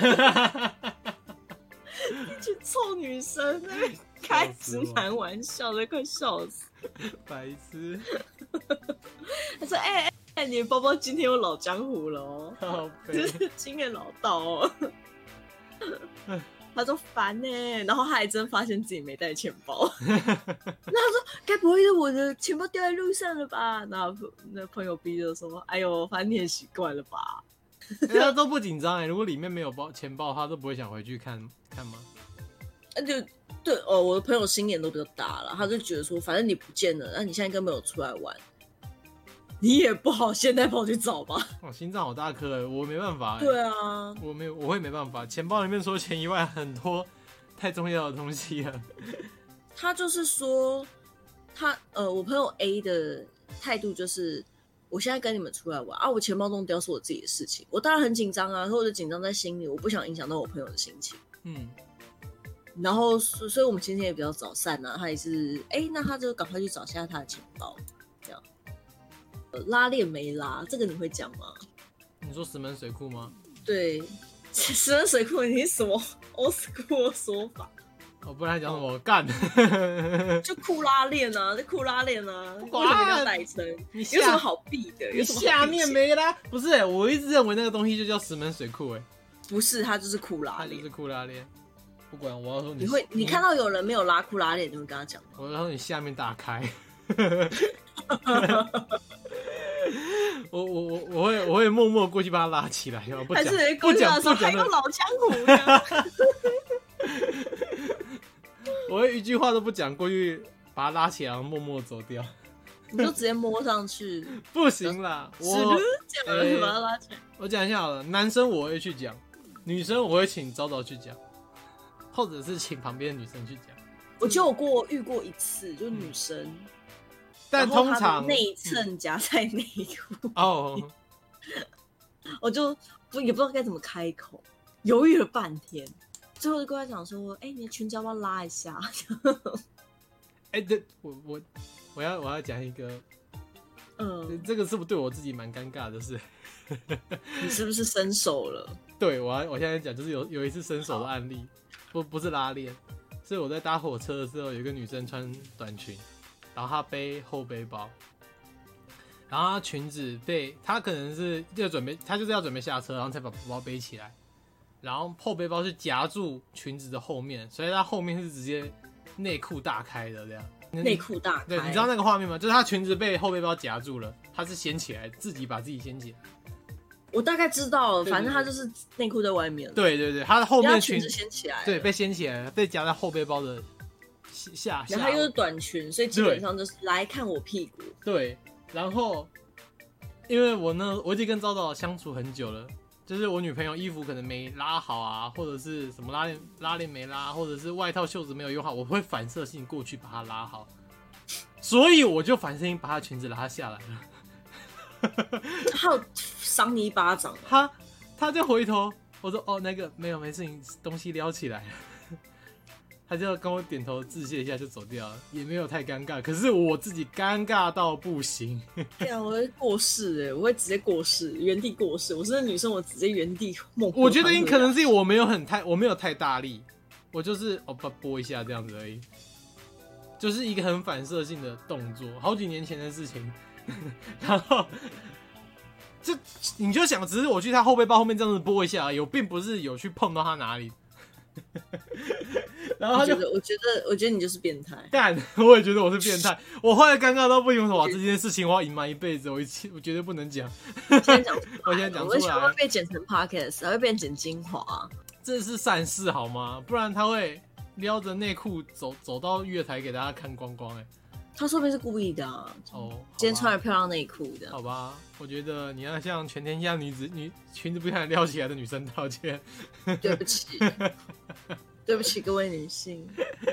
群臭女生在那边开直男玩笑，都快笑死， 白痴。 他说哎哎哎，你的包包今天有老江湖了哦，这是经验老道哦。他说烦呢、欸，然后他还真发现自己没带钱包。那他说该不会是我的钱包掉在路上了吧？然后那朋友 B 就说：“哎呦，反正你也习惯了吧？” 他都不紧张哎，如果里面没有包钱包，他都不会想回去看看吗？ 那就对哦，我的朋友心眼都比较大了，他就觉得说，反正你不见了，那你现在根本有出来玩。你也不好现在跑去找吧。 哦，心脏好大颗哎，我没办法。 对啊， 我没有，我会没办法。钱包里面除了钱以外，很多太重要的东西了。 他就是说，他呃，我朋友 A 的态度就是，我现在跟你们出来玩啊，我钱包弄掉是我自己的事情，我当然很紧张啊，或者紧张在心里，我不想影响到我朋友的心情。嗯。然后，所以我们今天也比较早散啊，他也是，哎、欸，那他就赶快去找下他的钱包，这样。拉链没拉，这个你会讲吗？ 你说石门水库吗？ 对，石门水库你是什么 old school 的说法？ 我不然讲什么干？ 就裤拉链啊，这裤拉链啊，为什么要代称？有什么好避的？有什么好避下面没拉？不是、欸，我一直认为那个东西就叫石门水库，哎， 不是，它就是裤拉链， 它就是裤拉链。不管我要说你， 你会你看到有人没有拉裤拉链，你会跟他讲吗？ 我要说你下面打开。我我我我会我会默默过去把它拉起来，不讲不讲不讲还有老江湖的。 我会一句话都不讲，过去把它拉起来，然后默默走掉。 你就直接摸上去？ 不行啦，我这样把它拉起来。 我讲一下好了，男生我会去讲，女生我会请早早去讲。 或者是请旁边的女生去讲。 我就有过遇过一次，就是女生，嗯、 但通常内衬夹在内裤哦， 我就不也不知道该怎么开口，犹豫了半天，最后就跟他讲说：“哎、欸，你的裙子要不要拉一下？” 哎、欸，对，我我我要我要讲一个，嗯，这个是不是对我自己蛮尴尬的事？ 你是不是伸手了？ 对，我要我现在讲就是有有一次伸手的案例，不不是拉链。是我在搭火车的时候，有一个女生穿短裙，然后她背后背包，然后她裙子被她可能是要准备，她就是要准备下车，然后才把包包背起来，然后后背包是夹住裙子的后面，所以她后面是直接内裤大开的这样。 内裤大开， 对，你知道那个画面吗？就是她裙子被后背包夹住了，她是掀起来，自己把自己掀起来。 我大概知道了，反正他就是内裤在外面。 对对对，他的后面裙子掀起来， 对，被掀起来了，被夹在后背包的下。 然后他又是短裙，所以基本上就是来看我屁股。 对，然后因为我呢，我已经跟昭昭相处很久了，就是我女朋友衣服可能没拉好啊，或者是什么拉链拉链没拉，或者是外套袖子没有用好，我会反射性过去把它拉好，所以我就反射性把她裙子拉下来了。 他有赏你一巴掌， 他他就回头，我说哦那个没有没事，你东西撩起来了，他就跟我点头致谢一下就走掉了，也没有太尴尬，可是我自己尴尬到不行。 对啊，我会过世哎，我会直接过世，原地过世。我是那女生，我直接原地梦。 我觉得你可能是我没有很太，我没有太大力，我就是哦拨一下这样子而已，就是一个很反射性的动作，好几年前的事情。然后，就你就想，只是我去他后背包后面这样子拨一下而已，我并不是有去碰到他哪里。然后他就， 我觉得，我觉得，我觉得你就是变态。 干，我也觉得我是变态。我后来尴尬到不行，哇，这件事情我要隐瞒一辈子，我一我绝对不能讲。 现在讲， 我现在讲出来， 我想会被剪成 podcast， 还会被剪精华。这是善事好吗？不然他会撩着内裤走走到月台给大家看光光、欸，哎。 他说不定是故意的啊！哦，今天穿了漂亮内裤的， 好吧？我觉得你要向全天下女子女裙子不想撩起来的女生道歉， 对不起，对不起各位女性。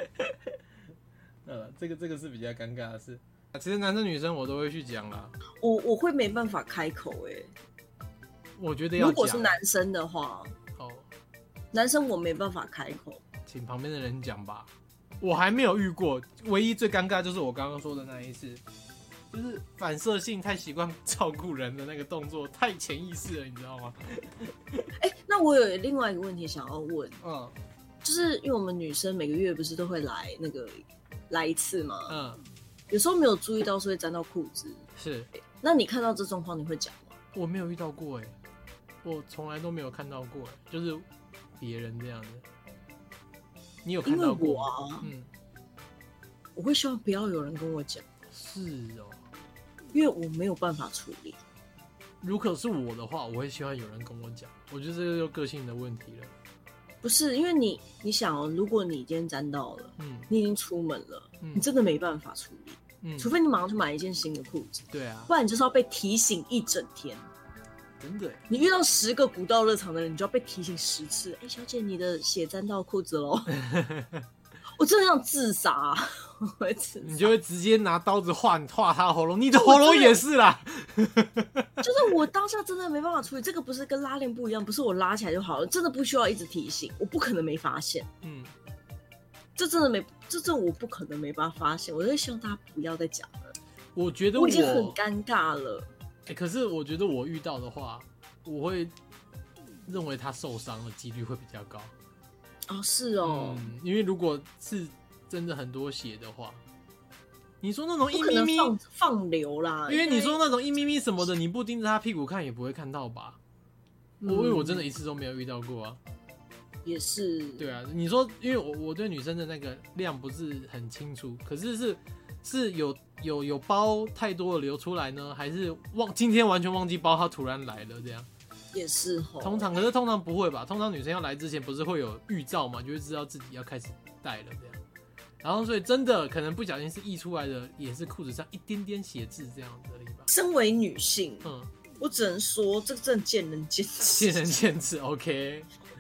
呃，这个这个是比较尴尬的事。其实男生女生我都会去讲啦。 我我会没办法开口哎、欸， 我觉得要讲。 如果是男生的话，哦，男生我没办法开口， 请旁边的人讲吧。我还没有遇过，唯一最尴尬就是我刚刚说的那一次，就是反射性太习惯照顾人的那个动作，太潜意识了，你知道吗？ 哎、欸，那我有另外一个问题想要问，嗯，就是因为我们女生每个月不是都会来那个来一次吗？嗯，有时候没有注意到是会沾到裤子， 是。 那你看到这状况你会讲吗？ 我没有遇到过哎、欸，我从来都没有看到过哎、欸，就是别人这样的。你有看到过？ 因为我啊，嗯，我会希望不要有人跟我讲。 是哦， 因为我没有办法处理。 如果是我的话，我会希望有人跟我讲。我觉得这个就个性的问题了。 不是，因为你你想哦，如果你今天沾到了，嗯，你已经出门了，嗯，你真的没办法处理，嗯，除非你马上去买一件新的裤子， 对啊， 不然你就是要被提醒一整天。 真的， 你遇到十个古道热肠的人，你就要被提醒十次。哎、欸，小姐，你的血沾到裤子喽！我真的想自杀、啊，我会自杀。 你就会直接拿刀子划划他的喉咙，你的喉咙也是啦。 就是我当下真的没办法处理，这个不是跟拉链不一样，不是我拉起来就好了，真的不需要一直提醒，我不可能没发现。嗯，这真的没，这真的我不可能没办法发现，我就希望大家不要再讲了。 我觉得我已经很尴尬了。 欸、可是我觉得我遇到的话，我会认为他受伤的几率会比较高。 哦，是哦、 嗯，因为如果是真的很多血的话，你说那种一咪咪放, 放流啦， 因为你说那种一咪咪什么的，你不盯着他屁股看也不会看到吧？嗯、我因为我真的一次都没有遇到过啊。 也是。 对啊，你说因为我我对女生的那个量不是很清楚，可是是是有。有有包太多的流出来呢，还是忘今天完全忘记包，它突然来了这样？ 也是吼。 通常可是通常不会吧？通常女生要来之前不是会有预兆嘛，就会知道自己要开始带了这样。然后所以真的可能不小心是溢出来的，也是裤子上一点点血渍这样子而已吧。 身为女性，嗯，我只能说这个真的见仁见智。 见仁见智 ，OK。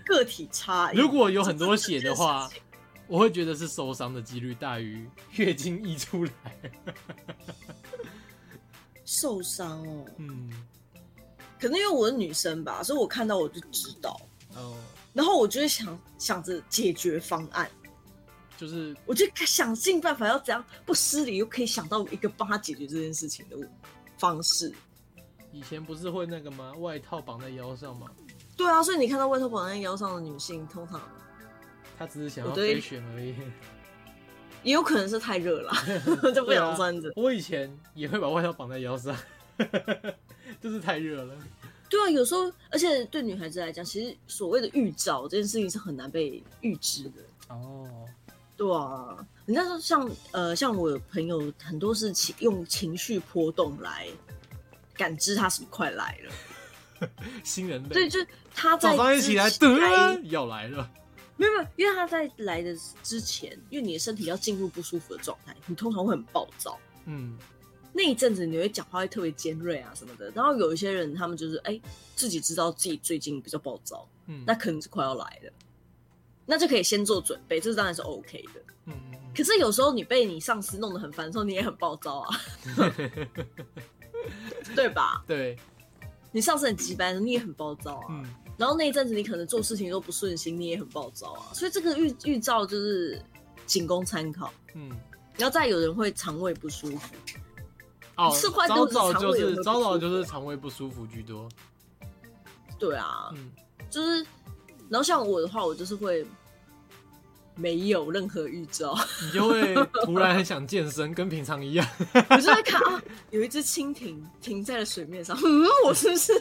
个体差异。 如果有很多血的话，我会觉得是受伤的几率大于月经溢出来。 受伤哦， 嗯， 可能因为我是女生吧，所以我看到我就知道哦， 然后我就会想想着解决方案， 就是我就想尽办法要怎样不失礼，又可以想到一个帮他解决这件事情的方式。 以前不是会那个吗？外套绑在腰上吗？ 对啊，所以你看到外套绑在腰上的女性，通常她只是想要飞旋而已。 也有可能是太热了，就不想穿着、啊。 我以前也会把外套绑在腰上，就是太热了。 对啊，有时候，而且对女孩子来讲，其实所谓的预兆这件事情是很难被预知的。 哦， 对啊，人家说像呃，像我有朋友很多是情用情绪波动来感知他什么快来了。 新人类， 对，就他在早上一起来，噔，要来了。 没有没有，因为他在来的之前，因为你的身体要进入不舒服的状态，你通常会很暴躁。嗯，那一阵子你会讲话会特别尖锐啊什么的。然后有一些人，他们就是哎、欸，自己知道自己最近比较暴躁，嗯，那可能是快要来了，那就可以先做准备，这当然是 OK 的。嗯，可是有时候你被你上司弄得很烦的时候，你也很暴躁啊，对吧？ 对， 你上司很急掰的时候，你也很暴躁啊。嗯。然后那一阵子你可能做事情都不顺心，你也很暴躁啊，所以这个预预兆就是仅供参考。嗯，然后再有人会肠胃不舒服， 哦， 吃坏肚子早早就是肠胃早早就是肠胃不舒服居多。 对啊，嗯，就是，然后像我的话，我就是会没有任何预兆， 你就会突然很想健身，跟平常一样。 我就会看啊，有一只蜻蜓停在了水面上，嗯，我是不是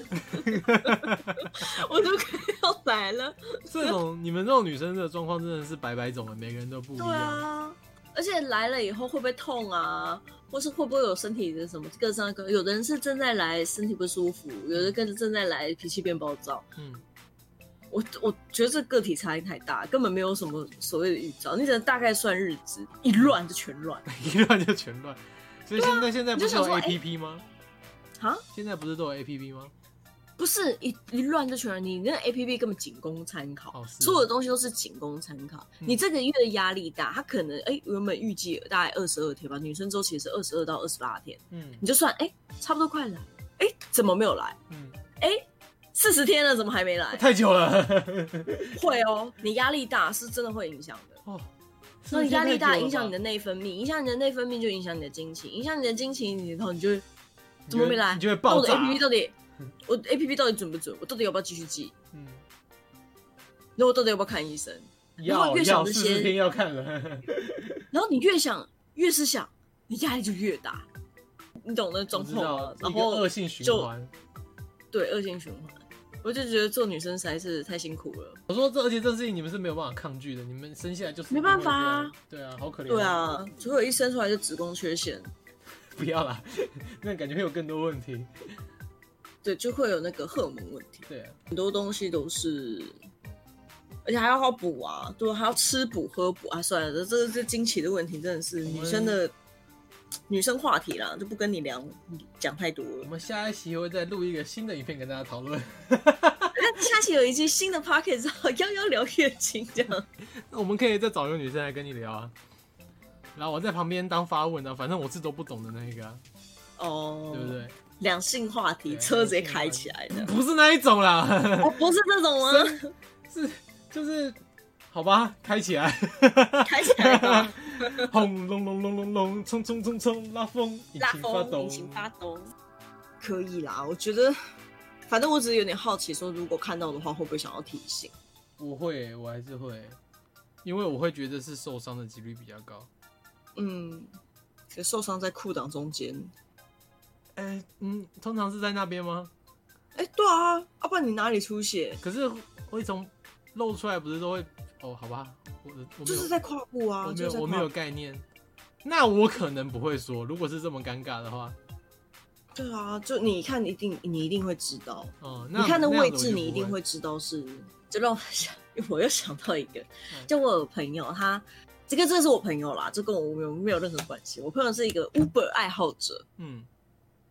我就可以要来了？ 这种你们这种女生的状况真的是百百种的，每个人都不一样。 对啊，而且来了以后会不会痛啊？或是会不会有身体的什么各上各？有的人是正在来身体不舒服，有的跟正在来脾气变暴躁。嗯。我我觉得这个体差异太大，根本没有什么所谓的预兆，你只能大概算日子，一乱就全乱， 一乱就全乱。所以现在、啊、现在不是有 A P P 吗？啊、欸？现在不是都有 A P P 吗？ 不是一一乱就全乱，你那个 A P P 根本仅供参考，哦、所有的东西都是仅供参考。嗯、你这个月的压力大，它可能哎、欸、原本预计大概二十二天吧，女生周期是二十二到二十八天，嗯，你就算哎、欸、差不多快来，哎、欸、怎么没有来？嗯，哎、欸。四十天了，怎么还没来？ 太久了。 会哦，你压力大是真的会影响的。哦，那你压力大影响你的内分泌，影响你的内分泌就影响你的经期，影响你的经期，你以后你就会怎么没来？ 你就会爆炸。 我的 A P P 到底，我的 A P P 到底准不准？我到底要不要继续记？嗯。那我到底要不要看医生？ 要越想这些， 四十天要看了。 然后你越想，越是想，你压力就越大。你懂那状况吗？然后恶性循环。 对，恶性循环。我就觉得做女生实在是太辛苦了。 我说这，而且这事情你们是没有办法抗拒的，你们生下来就是没办法啊。 对啊，好可怜。 对啊，除非一生出来就子宫缺陷。 不要啦，那感觉会有更多问题。 对，就会有那个荷尔蒙问题。 对啊， 很多东西都是，而且还要好补啊，对，还要吃补喝补啊。算了，这这经期的问题真的是女生的。女生话题啦，就不跟你聊讲太多了。 我们下一期会再录一个新的影片跟大家讨论。 那下期有一期新的 podcast 幺幺聊月经这样。 那我们可以再找一个女生来跟你聊啊，然后我在旁边当发问啊，反正我是都不懂的那一个、啊。哦，对不对？ 两性话题，车直接开起来的， 不是那一种啦。 哦、不是这种吗？ 是就是，好吧，开起来， 开起来吧。 轰隆隆隆隆隆，冲冲冲冲，拉风，引擎发动， 引擎发动，可以啦。我觉得，反正我只是有点好奇，说如果看到的话，会不会想要提醒？ 我会，我还是会，因为我会觉得是受伤的几率比较高。 嗯，可受伤在裤裆中间。 哎、欸，嗯，通常是在那边吗？ 哎、欸，对啊，要不然你哪里出血？ 可是会从露出来，不是都会？哦，好吧。我我就是在胯部啊， 我没有， 我没有概念。那我可能不会说，如果是这么尴尬的话， 对啊，就你看，一定你一定会知道。哦，那你看那位置，你一定会知道是。就让我想，我又想到一个，就我有朋友，他这个这是我朋友啦，这跟我没有没有任何关系。我朋友是一个 Uber 爱好者，嗯，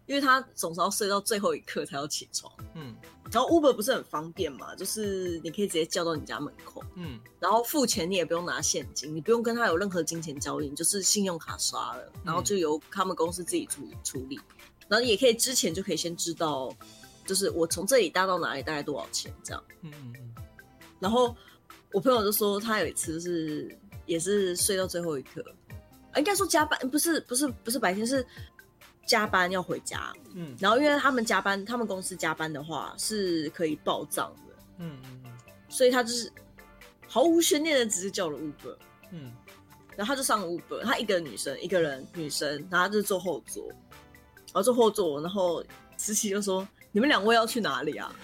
因为他总是要睡到最后一刻才要起床。嗯，然后 Uber 不是很方便嘛，就是你可以直接叫到你家门口。嗯，然后付钱你也不用拿现金，你不用跟他有任何金钱交易，你就是信用卡刷了，然后就由他们公司自己处处理。然后也可以之前就可以先知道，就是我从这里搭到哪里大概多少钱这样。嗯嗯嗯。然后我朋友就说他有一次就是也是睡到最后一刻，应该说加班不是不是不是白天是加班要回家。嗯。然后因为他们加班，他们公司加班的话是可以报账的。嗯嗯嗯。所以他就是毫无悬念的只是叫了 Uber。嗯。然后他就上 Uber， 他一个女生一个人女生，然后他就坐后座。然后坐后座，然后司机就说：“你们两位要去哪里啊？”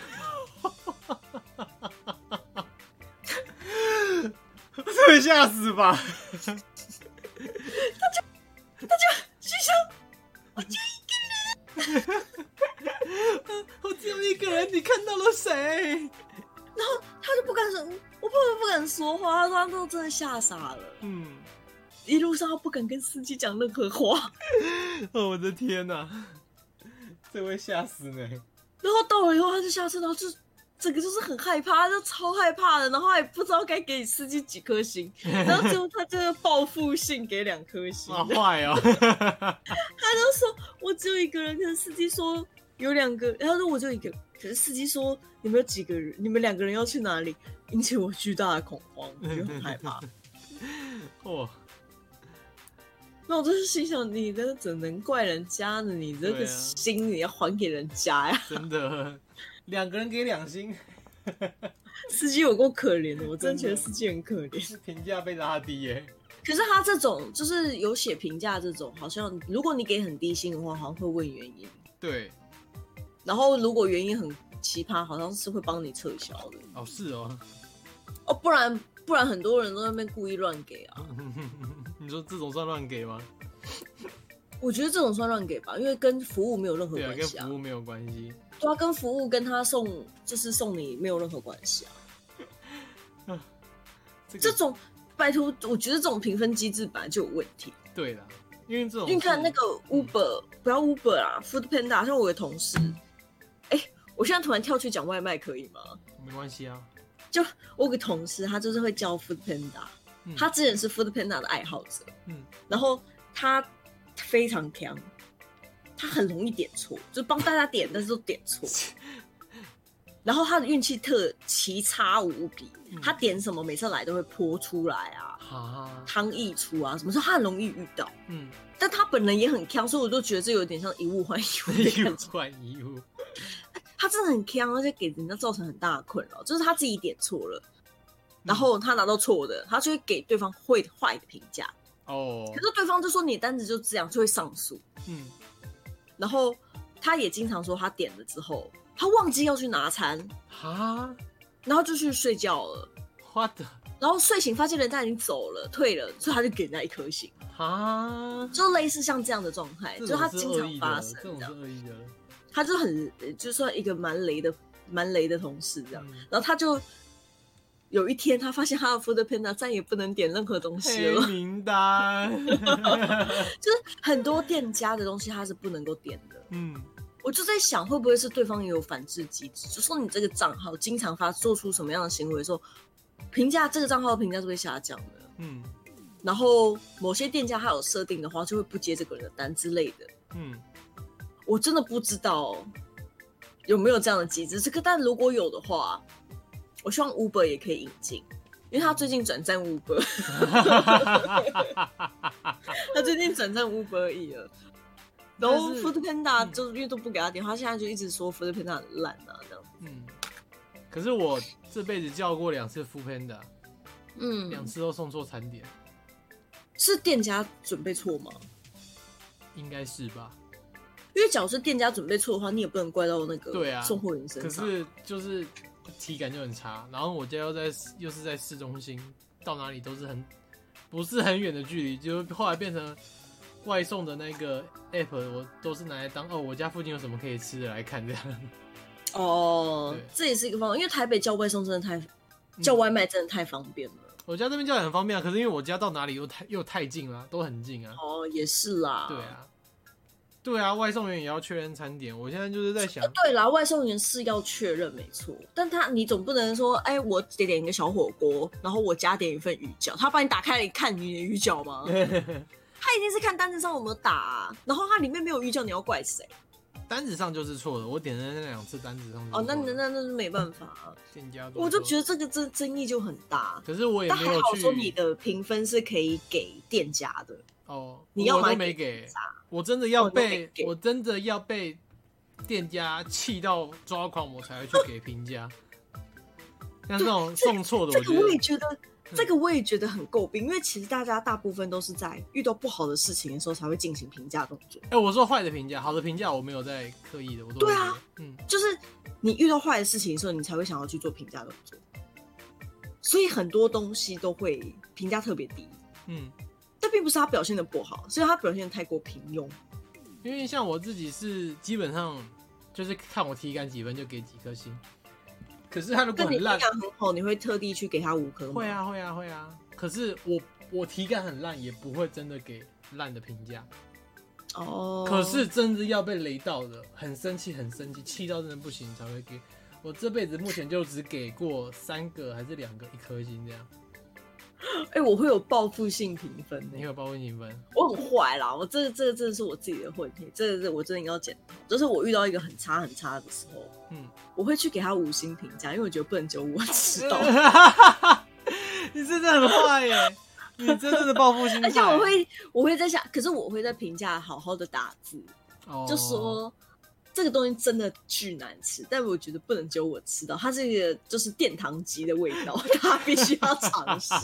这会吓死吧？ 他就他就心想：“我就一个人， 我只有一个人，你看到了谁？” 然后他就不敢说，我朋友不敢说话，他说他都真的吓傻了。嗯。一路上他不敢跟司机讲任何话。 哦，我的天哪，这会吓死呢。 然后到了以后，他就下车，然后就整个就是很害怕，他就超害怕的，然后也不知道该给司机几颗星，然后最后他就报复性给两颗星。 好坏哦。 他就说我只有一个人，可是司机说有两个，他说我就一个，可是司机说你们有几个人，你们两个人要去哪里，引起我巨大的恐慌，我就很害怕。哦。那我就是心想，你的怎能怪人家呢？你这个心你要还给人家呀！ 真的，两个人给两星， 司机有够可怜的，我真的觉得司机很可怜， 评价被拉低耶。 可是他这种就是有写评价这种，好像如果你给很低星的话，好像会问原因。 对。 然后如果原因很奇葩，好像是会帮你撤销的。 哦，是哦。 哦，不然不然很多人都在那边故意乱给啊。 你说这种算乱给吗？ 我觉得这种算乱给吧，因为跟服务没有任何关系啊。对啊，跟服务没有关系。 对啊，跟服务跟他送就是送你没有任何关系啊。这, 这种拜托，我觉得这种评分机制本来就有问题。 对啦，因为这种， 因为看那个 Uber，、嗯、不要 Uber 啦 ，Food Panda， 像我的同事，哎、欸，我现在突然跳去讲外卖可以吗？ 没关系啊。 就我有个同事，他就是会叫 Food Panda。嗯、他之前是 Food Panda 的爱好者，嗯，然后他非常强，他很容易点错，就帮大家点，但是都点错。然后他的运气特奇差无比，嗯、他点什么每次来都会泼出来啊，汤溢出啊，什么时候他很容易遇到，嗯，但他本人也很强，所以我就觉得这有点像一物换一物的感觉。 一物换一物， 他真的很强，而且给人家造成很大的困扰，就是他自己点错了。然后他拿到错的，他就会给对方会坏的评价。哦。可是对方就说你单子就这样，就会上诉。嗯。然后他也经常说，他点了之后，他忘记要去拿餐。哈。然后就去睡觉了。 What the？ 然后睡醒发现人家已经走了，退了，所以他就给人家一颗星。哈。就类似像这样的状态，就他经常发生这样。 这种是恶意的。 他就很就算一个蛮雷的蛮雷的同事这样，嗯、然后他就。有一天，他发现他的 Food Panda 再也不能点任何东西了。 黑名单， 就是很多店家的东西他是不能够点的。嗯，我就在想，会不会是对方也有反制机制，就说你这个账号经常发做出什么样的行为的时候，评价这个账号的评价是会下降的。嗯，然后某些店家他有设定的话，就会不接这个人的单之类的。嗯，我真的不知道有没有这样的机制，这个但如果有的话。我希望 Uber 也可以引进，因为他最近转战 Uber， 他最近转战 Uber E 了。然后 Food Panda 就是因为都不给他点，他现在就一直说 Food Panda 很烂啊，这样。嗯。 可是我这辈子叫过两次 Food Panda， 嗯，两次都送错餐点。 是店家准备错吗？ 应该是吧。 因为假如是店家准备错的话，你也不能怪到那个送货员身上。 可是就是。体感就很差，然后我家又在又是在市中心，到哪里都是很不是很远的距离，就后来变成外送的那个 app， 我都是拿来当哦，我家附近有什么可以吃的来看这样。 哦，这也是一个方法，因为台北叫外送真的太叫外卖真的太方便了。 嗯、我家这边叫也很方便啊，可是因为我家到哪里又太又太近了，都很近啊。 哦，也是啦。 对啊。 对啊，外送员也要确认餐点。我现在就是在想， 对啦，外送员是要确认没错，但他你总不能说，哎、欸，我点点一个小火锅，然后我加点一份鱼饺，他帮你打开来看你的鱼饺吗？他一定是看单子上有没有打、啊，然后他里面没有鱼饺，你要怪谁？ 单子上就是错的，我点的那两次单子上哦，那那那那是没办法、啊， 店家我就觉得这个争争议就很大。 可是我也没有去， 但还好说你的评分是可以给店家的哦， 你要我都没给，我真的要被、哦、我真的要被店家气到抓狂，我才会去给评价。像这种送错的，我觉得这个我也觉得。这个我也觉得很诟病，因为其实大家大部分都是在遇到不好的事情的时候才会进行评价动作。 哎、欸，我说坏的评价，好的评价我没有在刻意的，我都对啊， 嗯， 就是你遇到坏的事情的时候，你才会想要去做评价动作。所以很多东西都会评价特别低，嗯，这并不是他表现的不好，是他表现的太过平庸。 因为像我自己是基本上就是看我体感几分就给几颗星。可是他如果很烂， 体感很好，你会特地去给他五颗吗？ 会啊，会啊，会啊。可是我我体感很烂，也不会真的给烂的评价。哦。可是真的要被雷到的，很生气，很生气，气到真的不行才会给。我这辈子目前就只给过三个还是两个一颗星这样。 哎、欸，我会有报复性评分、欸， 你会有报复性评分？ 我很坏啦，我这这个真的是我自己的问题，这个我真的要检讨。就是我遇到一个很差很差的时候，嗯，我会去给他五星评价，因为我觉得不能只有我知道。 你真的很坏耶！你真正的报复心态。 而且我会我会在想，可是我会在评价好好的打字，哦、就说。这个东西真的巨难吃，但我觉得不能只有我吃到，它是一个就是殿堂级的味道，大家必须要尝试。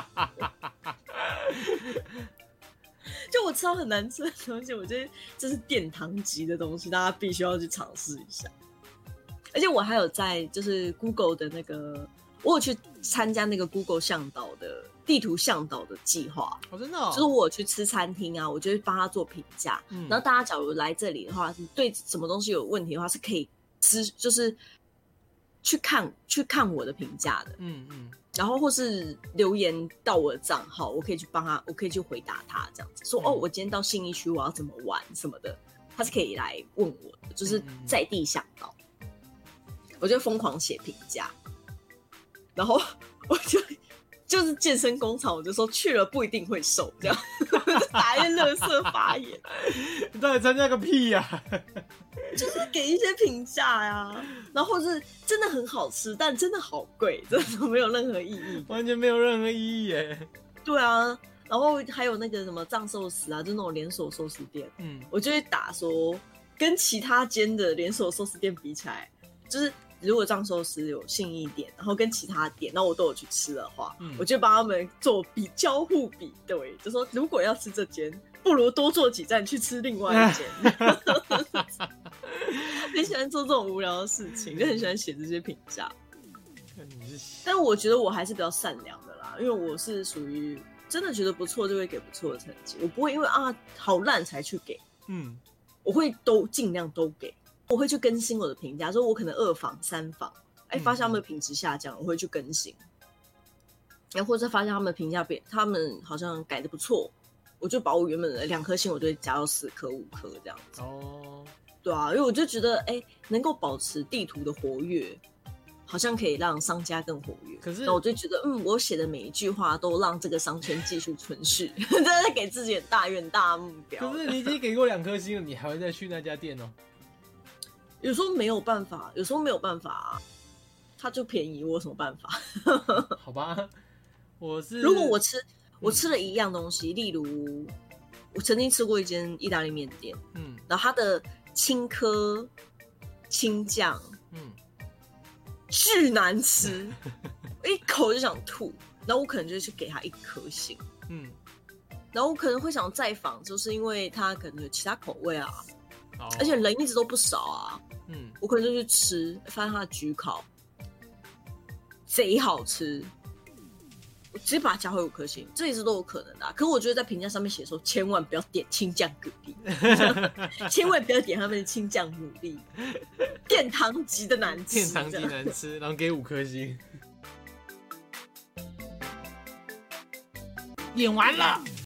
就我吃到很难吃的东西，我觉得这是殿堂级的东西，大家必须要去尝试一下。而且我还有在就是 Google 的那个，我有去参加那个 Google 向导的地图向导的计划。 哦，真的哦？ 就是我有去吃餐厅啊，我就会帮他做评价。嗯，然后大家假如来这里的话，对什么东西有问题的话，是可以吃，就是去看去看我的评价的。嗯嗯。然后或是留言到我的账号，我可以去帮他，我可以去回答他这样子，说、嗯、哦，我今天到信义区我要怎么玩什么的，他是可以来问我的，就是在地向导。嗯、我就疯狂写评价，然后我就。就是健身工厂，我就说去了不一定会瘦，这样打一些垃圾发言。 你到底参加个屁呀、啊？ 就是给一些评价呀，然后或是真的很好吃，但真的好贵，真的没有任何意义， 完全没有任何意义耶。 对啊，然后还有那个什么藏寿司啊，就那种连锁寿司店，嗯，我就会打说跟其他间的连锁寿司店比起来，就是。如果藏寿司有信义店，然后跟其他店，然后我都有去吃的话，嗯、我就帮他们做比交互比对，就说如果要吃这间，不如多坐几站去吃另外一间。很喜欢做这种无聊的事情，就很喜欢写这些评价。但我觉得我还是比较善良的啦，因为我是属于真的觉得不错就会给不错的成绩，我不会因为啊好烂才去给，嗯，我会都尽量都给。我会去更新我的评价，说我可能二访三访，哎、欸，发现他们的品质下降，我会去更新。然后或者发现他们的评价变，他们好像改的不错，我就把我原本的两颗星，我就会加到四颗、五颗这样子。哦，对啊，因为我就觉得，哎、欸，能够保持地图的活跃，好像可以让商家更活跃。 可是， 那我就觉得，嗯，我写的每一句话都让这个商圈继续存续，真的给自己很大愿大目标。 可是你已经给过两颗星了，你还会再去那家店哦？ 有时候没有办法，有时候没有办法、啊，它就便宜，我有什么办法？ 好吧，我是如果我吃我吃了一样东西，嗯、例如我曾经吃过一间意大利面店，嗯，然后它的青稞青酱，嗯，巨难吃，我一口就想吐，然后我可能就去给他一颗星，嗯，然后我可能会想再访，就是因为它可能有其他口味啊。Oh. 而且人一直都不少啊，嗯，我可能就去吃，发现它的焗烤贼好吃，我直接把它加回五颗星，这也是都有可能的、啊。可是我觉得在评价上面写说，千万不要点青酱蛤蜊，千万不要点他们的青酱牡蛎，殿堂级的难吃， 殿堂级难吃，然后给五颗星。演完了，